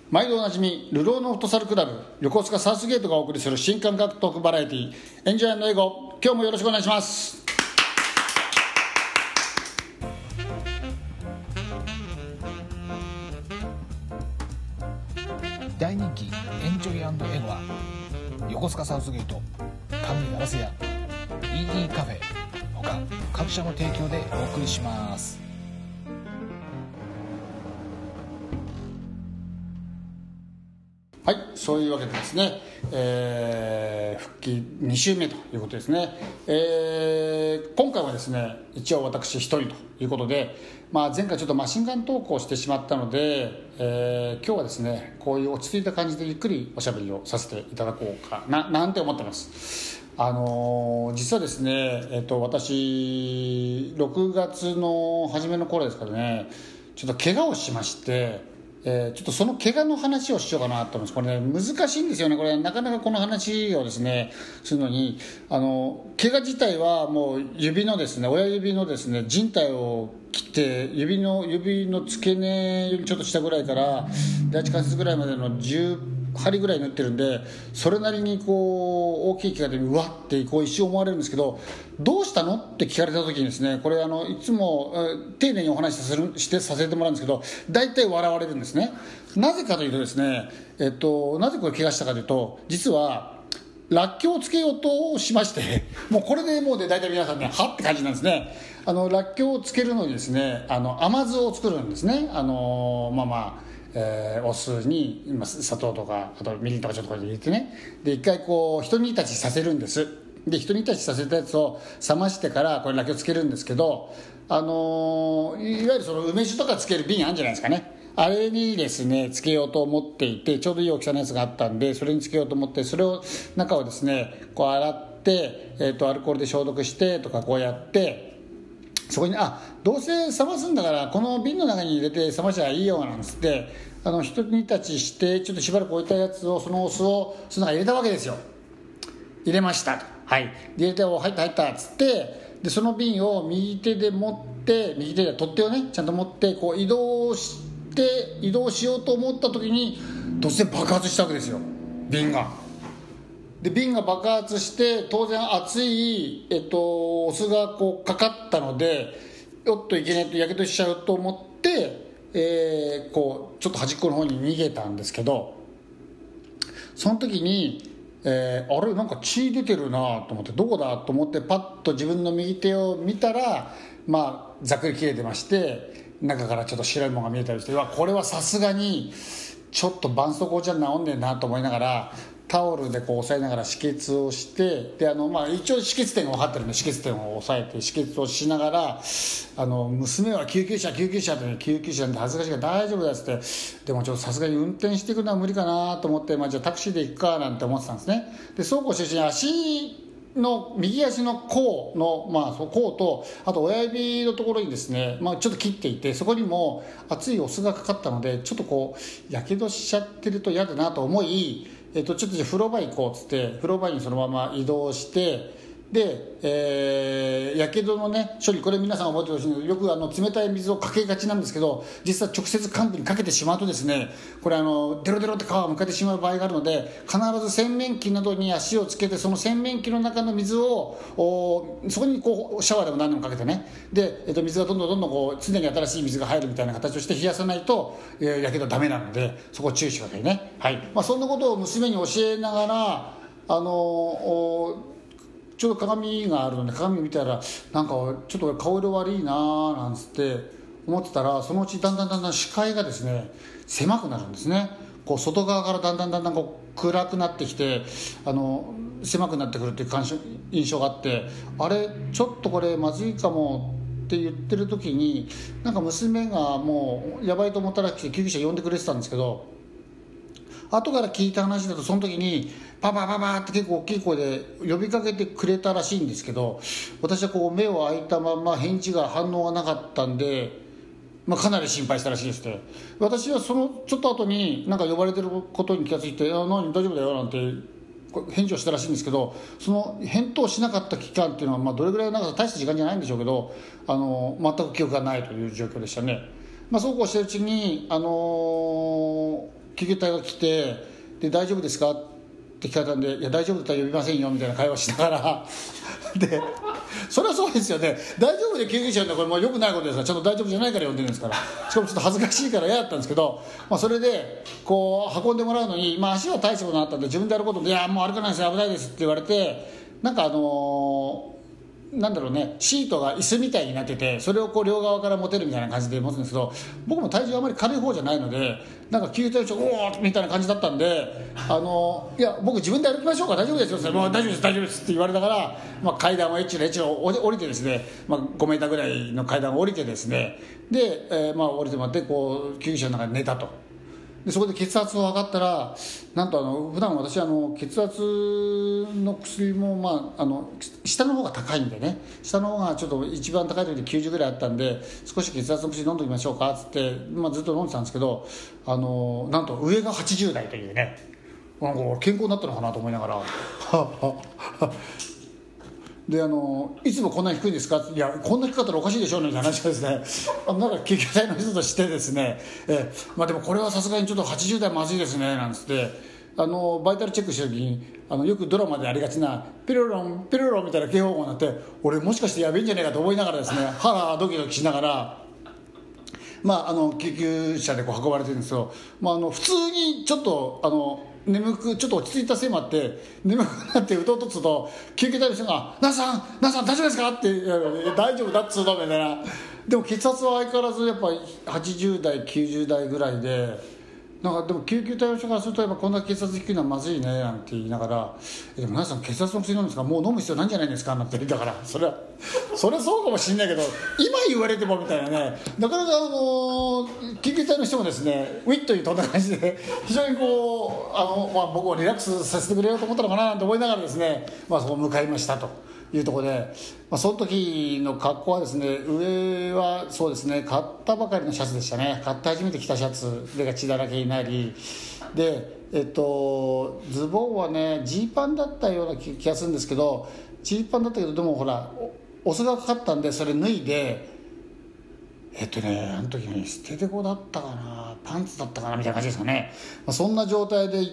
毎度おなじみ流浪のフットサルクラブ横須賀サウスゲートがお送りする新感覚トークバラエティエンジョイ&英語、今日もよろしくお願いします。 大人気エンジョイ&英語は横須賀サウスゲート、上ガラス屋、 ED カフェ他各社の提供でお送りします。 はい、そういうわけでですね、復帰2週目ということですね。今回はですね、一応私一人ということで、前回ちょっとマシンガントークをしてしまったので、今日はですね、こういう落ち着いた感じでゆっくりおしゃべりをさせていただこうかななんて思ってます。実はですね、私6月の初めの頃ですからね、ちょっと怪我をしまして、ちょっとその怪我の話をしようかなと思います。これね、難しいんですよね。これなかなかこの話をですねするのに、怪我自体はもう指のですね、親指のですね靭帯を切って、指の付け根よりちょっと下ぐらいから第一関節ぐらいまでの10針ぐらい縫ってるんで、それなりにこう大きい怪我でうわってこう一瞬思われるんですけど、どうしたのって聞かれた時にですね、これいつも丁寧にお話しさせてもらうんですけど、大体笑われるんですね。なぜかというとですね、なぜこれ怪我したかというと、実はラッキョウをつけようとしましてもうこれでもう大体皆さんね、はって感じなんですね。ラッキョウをつけるのにですね、甘酢を作るんですね。お酢に砂糖とかあとみりんとかちょっとこれ入れてね、で一回こう一煮立ちさせるんです。で一煮立ちさせたやつを冷ましてからこれラッキョウつけるんですけど、いわゆるその梅酒とかつける瓶あるんじゃないですかね、あれにですねつけようと思っていて、ちょうどいい大きさのやつがあったんで、それにつけようと思って、それを中をですねこう洗って、アルコールで消毒してとかこうやって、そこにどうせ冷ますんだからこの瓶の中に入れて冷ましゃいいよなんつって、一煮立ちしてちょっとしばらく置いたやつを、そのお酢をその中に入れたわけですよ。入れましたと、はい、で入れて入ったっつって、でその瓶を右手で持って、右手で取っ手をねちゃんと持ってこう移動しようと思った時に突然爆発したわけですよ、瓶が。で瓶が爆発して、当然熱い、お酢がこうかかったので、おっといけないとやけどしちゃうと思って、こうちょっと端っこの方に逃げたんですけど、その時に、あれなんか血出てるなと思って、どこだと思ってパッと自分の右手を見たら、ざっくり切れてまして、中からちょっと白いものが見えたりして、これはさすがにちょっと絆創膏じゃ治んねえなと思いながら、タオルでこう押さえながら止血をして、で一応止血点が分かってるんで、止血点を押さえて止血をしながら、娘は救急車って、救急車なんて恥ずかしいから大丈夫だっつって、でもちょっとさすがに運転していくのは無理かなと思って、じゃあタクシーで行くかなんて思ってたんですね。でそうこうしてるうちに右足の甲の、甲とあと親指のところにですね、ちょっと切っていて、そこにも熱いお酢がかかったので、ちょっとこうやけどしちゃってると嫌だなと思い、ちょっとじゃあ風呂場行こうっつって風呂場にそのまま移動して、でやけどのね処理、これ皆さん覚えてほしいんですけど、よく冷たい水をかけがちなんですけど、実は直接患部にかけてしまうとですね、これデロデロって皮をむかれてしまう場合があるので、必ず洗面器などに足をつけて、その洗面器の中の水をそこにこうシャワーでも何でもかけてね、で、水がどんどんこう常に新しい水が入るみたいな形をして冷やさないと、やけどダメなので、そこを注意してくださいね。はい、そんなことを娘に教えながら、ちょうど鏡があるので鏡を見たら、なんかちょっと顔色悪いななんつって思ってたら、そのうちだんだん視界がですね狭くなるんですね。こう外側からだんだんこう暗くなってきて、狭くなってくるっていう印象があって、あれちょっとこれまずいかもって言ってる時に、なんか娘がもうやばいと思ったら来て救急車呼んでくれてたんですけど、後から聞いた話だと、その時にパパパパって結構大きい声で呼びかけてくれたらしいんですけど、私はこう目を開いたまま反応がなかったんで、かなり心配したらしいですね。私はそのちょっと後になんか呼ばれてることに気がついて、何大丈夫だよなんて返事をしたらしいんですけど、その返答しなかった期間っていうのは、どれぐらい長さ大した時間じゃないんでしょうけど、全く記憶がないという状況でしたね。そうこうしてるうちに、 救急隊が来て、で大丈夫ですかって聞かれたんで、いや大丈夫だったら呼びませんよみたいな会話しながらでそれはそうですよね、大丈夫で救急車呼んだらこれもう良くないことですから、ちゃんと大丈夫じゃないから呼んでるんですから、しかもちょっと恥ずかしいから嫌だったんですけど、それでこう運んでもらうのに、足は大したことなかったんで自分でやることで、いやもう歩かないですよ危ないですって言われて、なんかなんだろうね、シートが椅子みたいになってて、それをこう両側から持てるみたいな感じで持つんですけど、僕も体重あまり軽い方じゃないので、なんか救急隊長おおみたいな感じだったんで、いや僕自分で歩きましょうか大丈夫ですよって言ったら、もう大丈夫です大丈夫ですって言われたから、階段をエッチなエッチな降りてですね、5メーターぐらいの階段を降りてですね、で、降りてもらってこう救急車の中で寝たと。でそこで血圧を測ったら、なんと普段私血圧の薬も、下の方が高いんでね、下の方がちょっと一番高い時で90ぐらいあったんで、少し血圧の薬飲んでおきましょうかっつって、ずっと飲んでたんですけど、なんと上が80代というね、なんか健康になったのかなと思いながらでいつもこんなに低いんですか、いやこんな低かったらおかしいでしょみたいな話がですねなんか救急隊の人としてですね、でもこれはさすがにちょっと80代まずいですねなんつって、バイタルチェックした時によくドラマでありがちなピロロンピロロンみたいな警報音になって、俺もしかしてやべえんじゃねえかと思いながらですね、ハラドキドキしながら救急車でこう運ばれてるんですよ。普通にちょっとちょっと落ち着いたせいもあって眠くなってうとうとすると、救急隊の人が「ナさん大丈夫ですか?」って「大丈夫だっつうの」みたいな。でも血圧は相変わらずやっぱり80代90代ぐらいで、なんかでも救急隊の人からすると、やっぱこんな血圧低いのはまずいねなんて言いながら「でも皆さん血圧の薬飲むんですか、もう飲む必要ないんじゃないですか」なんて言ったから、それそうかもしれないけど、今言われてもみたいなね、なかなか救急隊の人もですねウィットに飛んだ感じで非常にこう僕をリラックスさせてくれようと思ったのかななんて思いながらですね、そこを向かいましたというところで、その時の格好はですね、上はそうですね買ったばかりのシャツでしたね。買って初めて着たシャツで血だらけになり、でズボンはねジーパンだったような気がするんですけど、ジーパンだったけど、でもほらお酢がかかったんでそれ脱いで、あの時に捨ててこだったかなパンツだったかなみたいな感じですかね、そんな状態で行って、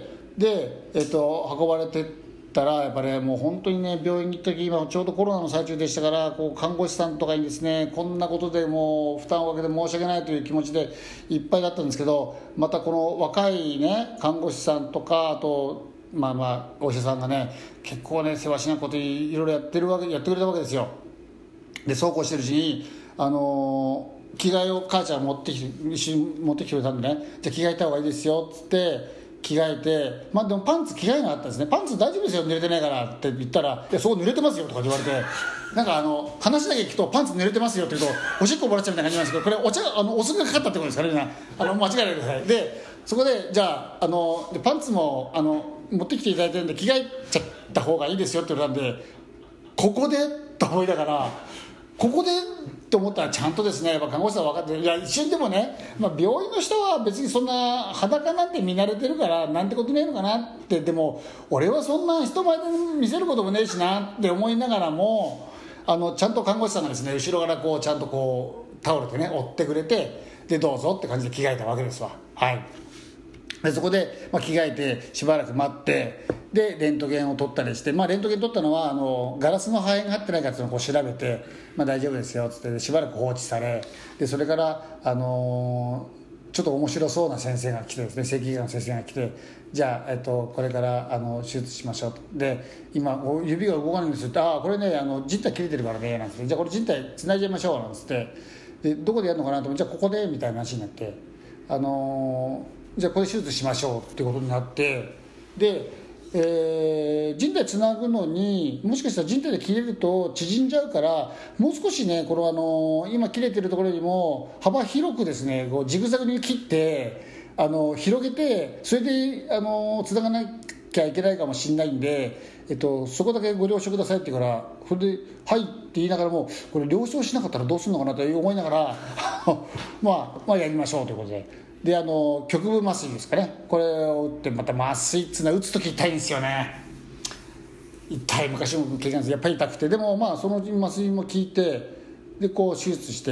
で、運ばれてったら、やっぱりもう本当にね、病院に行った時、今ちょうどコロナの最中でしたから、こう看護師さんとかにですね、こんなことでもう負担をかけて申し訳ないという気持ちでいっぱいだったんですけど、またこの若いね看護師さんとか、あとお医者さんがね結構ね世話しないこといろいろやってくれたわけですよ。でそうこうしてるうちに着替えを母ちゃん一緒に持ってきてくれたんでね、じゃあ着替えた方がいいですよっつって着替えて、でもパンツ着替えなかったんですね。パンツ大丈夫ですよ濡れてないからって言ったら、いやそこ濡れてますよとか言われて、なんか話だけ聞くとパンツ濡れてますよって言うとおしっこもらっちゃうみたいな感じなんですけど、これお酢がかかったってことですからね、間違いないでください。でそこでじゃあパンツも持ってきていただいてるんで着替えちゃった方がいいですよって言われたんで、ここでと思いながら、ここでと思ったらちゃんとですね、やっぱ看護師さん分かって、いや一瞬でもね、病院の人は別にそんな裸なんて見慣れてるからなんてことねえのかなって、でも俺はそんな人前で見せることもねえしなって思いながらも、ちゃんと看護師さんがですね後ろからこうちゃんとこうタオルでね追ってくれて、でどうぞって感じで着替えたわけですわ。はい。でそこで、着替えてしばらく待って、でレントゲンを取ったりして、レントゲン取ったのはガラスの破片が入ってないかっていうのをこう調べて、大丈夫ですよっつってしばらく放置され、でそれからちょっと面白そうな先生が来てですね、正規医の先生が来て、じゃあ、これから手術しましょうと。で今指が動かないんですよって、これね靭帯切れてるからねなんつって、じゃあこれ靭帯つないじゃいましょうなんつって、でどこでやるのかなと思って、じゃあここでみたいな話になって、じゃあこれ手術しましょうっていうことになって、で靭帯つなぐのにもしかしたら靭帯で切れると縮んじゃうから、もう少しねこの今切れてるところよりも幅広くですねこうジグザグに切って広げて、それでつながなきゃいけないかもしれないんで、そこだけご了承くださいって言うから、それで「はい」って言いながらも、これ了承しなかったらどうするのかなと思いながらやりましょうということで。で局部麻酔ですかね、これを打って、また麻酔っていうのは打つ時痛いんですよね。痛い、昔も経験してやっぱり痛くて、でもその麻酔も効いて、でこう手術して、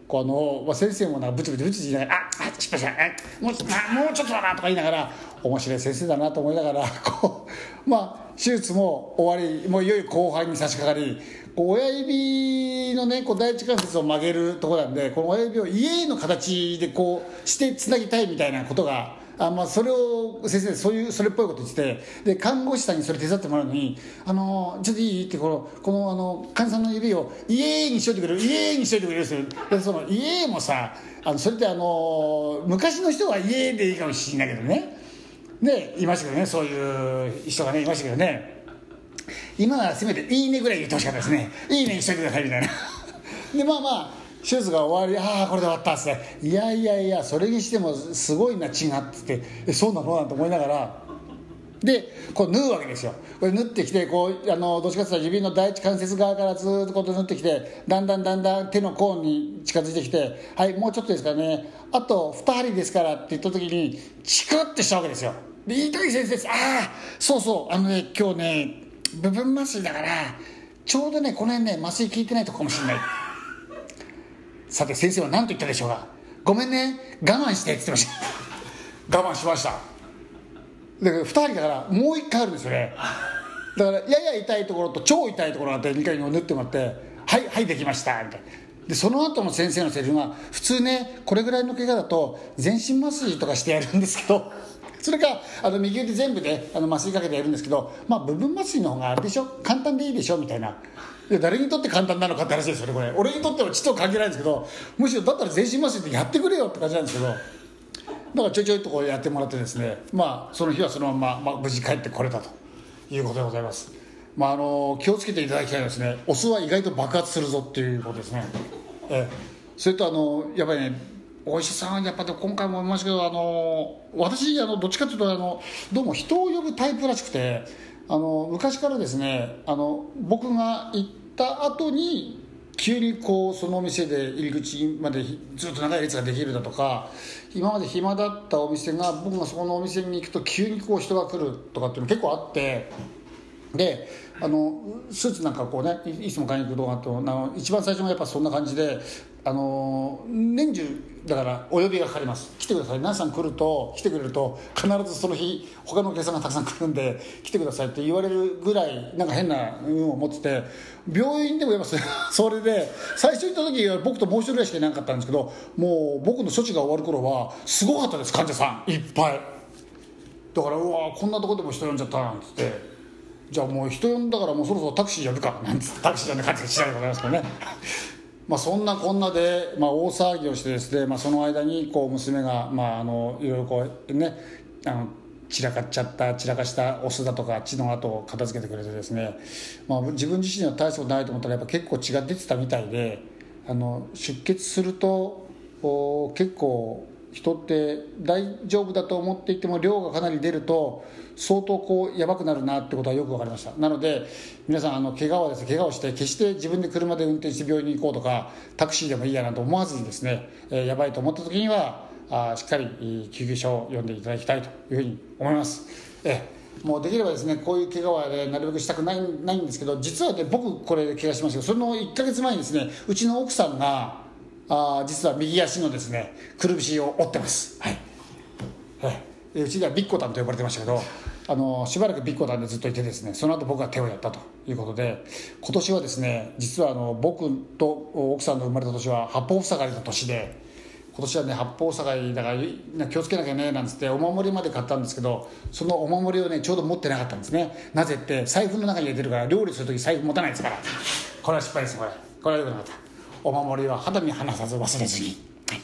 先生もブチブチ言いながら失敗したもうちょっとだなとか言いながら面白い先生だなと思いながら手術も終わりもういよいよ後半に差し掛かり親指のね第一関節を曲げるところなんでこの親指を家の形でしてつなぎたいみたいなことがそれを先生それっぽいこと言っててで看護師さんにそれ手伝ってもらうのにちょっといいってこの患者さんの指を家にしといてくれるでその家もさそれって昔の人は家でいいかもしれないけどねでいましたけどねそういう人がねいましたけどね今はせめていいねぐらい言ってほしかったですねいいねにしといてくださいみたいなで手術が終わりこれで終わったっすねいやそれにしてもすごいな血がってそうなのなんて思いながらで縫うわけですよこれ縫ってきてどっちかというと指の第一関節側からずっと縫ってきてだんだん手の甲に近づいてきてはいもうちょっとですからねあと2針ですからって言った時にチクッてしたわけですよで糸井先生ですそう今日ね部分麻酔だからちょうどねこの辺ね麻酔効いてないとこかもしれないさて先生は何と言ったでしょうかごめんね我慢してって言ってました我慢しましただから2人だからもう1回あるんですよねだからやや痛いところと超痛いところがあって2回縫ってもらってはいできましたみたいなでその後の先生のセリフが普通ねこれぐらいの怪我だと全身麻酔とかしてやるんですけどそれか右腕全部で麻酔かけてやるんですけど部分麻酔の方があれでしょ簡単でいいでしょみたいな誰にとって簡単なのかって話ですよねこれ俺にとってはちょっと関係ないんですけどむしろだったら全身麻酔ってやってくれよって感じなんですけどだからちょいとやってもらってですねその日はそのまま、無事帰ってこれたということでございます。気をつけていただきたいですねお酢は意外と爆発するぞっていうことですね。それとやっぱりねお医者さんやっぱり今回も思いましたけど私どっちかというとどうも人を呼ぶタイプらしくて昔からですね僕が行った後に急にそのお店で入り口までずっと長い列ができるだとか今まで暇だったお店が僕がそこのお店に行くと急に人が来るとかっていうの結構あってでスーツなんかいつも買いに行く動画と一番最初がやっぱそんな感じで年中だからお呼びがかかります来てください皆さん来てくれると必ずその日他のお客さんがたくさん来るんで来てくださいって言われるぐらいなんか変な運を持ってて病院でもやっぱそれで最初行った時は僕ともう一人ぐらいしかいなかったんですけどもう僕の処置が終わる頃はすごかったです患者さんいっぱいだからこんなとこでも人呼んじゃったなんつってじゃあもう人呼んだからもうそろそろタクシー呼ぶかなんつってタクシー呼んで帰ってきてないでございますけどねそんなこんなで、大騒ぎをしてですね、その間に娘が、いろいろ散らかしたお酢だとか血の跡を片付けてくれてですね、自分自身は大したことないと思ったらやっぱ結構血が出てたみたいで出血すると結構人って大丈夫だと思っていても量がかなり出ると相当やばくなるなってことはよく分かりました。なので皆さん怪我をして決して自分で車で運転して病院に行こうとかタクシーでもいいやなと思わずにですね、やばいと思った時にはしっかり救急車を呼んでいただきたいというふうに思います。もうできればですねこういう怪我は、なるべくしたくないんですけど実はね僕これ怪我しましたけどその1ヶ月前にですねうちの奥さんが実は右足のですねくるぶしを折ってます。うちではビッコタンと呼ばれてましたけどしばらくビッコタンでずっといてですねその後僕が手をやったということで今年はですね実は僕と奥さんの生まれた年は八方塞がりの年で今年はね八方塞がりだから気をつけなきゃねなんつってお守りまで買ったんですけどそのお守りをねちょうど持ってなかったんですね。なぜって財布の中に入れてるから料理する時財布持たないですからこれは失敗ですこれはよくなかった。お守りは肌身離さず忘れずに、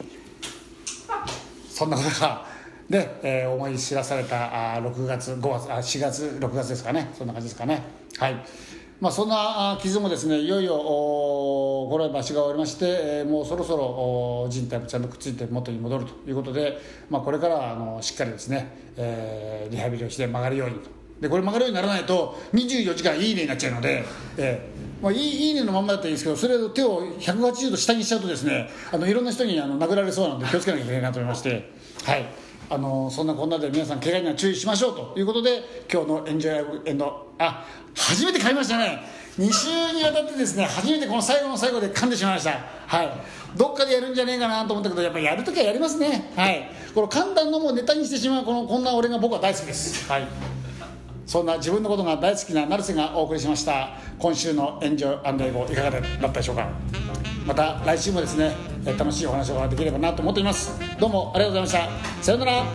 そんなことがで、思い知らされた4月6月ですかねそんな感じですかね。そんな傷もですねいよいよこれは場所が終わりまして、もうそろそろ人体もちゃんとくっついて元に戻るということで、これからはしっかりですね、リハビリをして曲がるようにと。でこれ曲がるようにならないと24時間いいねになっちゃうので、いいねのまんまだったらいいですけどそれを手を180度下にしちゃうとですねいろんな人に殴られそうなので気をつけなきゃいけないなと思いましてそんなこんなで皆さん怪我には注意しましょうということで今日のエンジョイ初めて買いましたね 2週にわたってですね、初めてこの最後の最後で噛んでしまいました。はい、どっかでやるんじゃねえかなと思ったけど、やっぱりやるときはやりますね。はい、この噛んだのもネタにしてしまうこんな俺が僕は大好きです。はい、そんな自分のことが大好きな成瀬がお送りしました今週のエンジョイ&英語、いかがだったでしょうか。また来週もですね、楽しいお話ができればなと思っています。どうもありがとうございました。さようなら。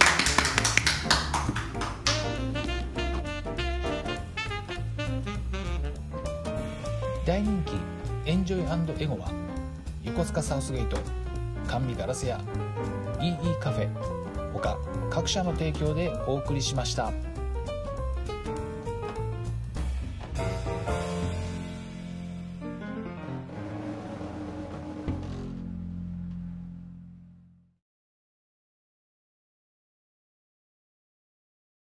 大人気エンジョイ&エゴは横須賀サウスゲート、甘味ガラス屋、EE カフェ他各社の提供でお送りしました。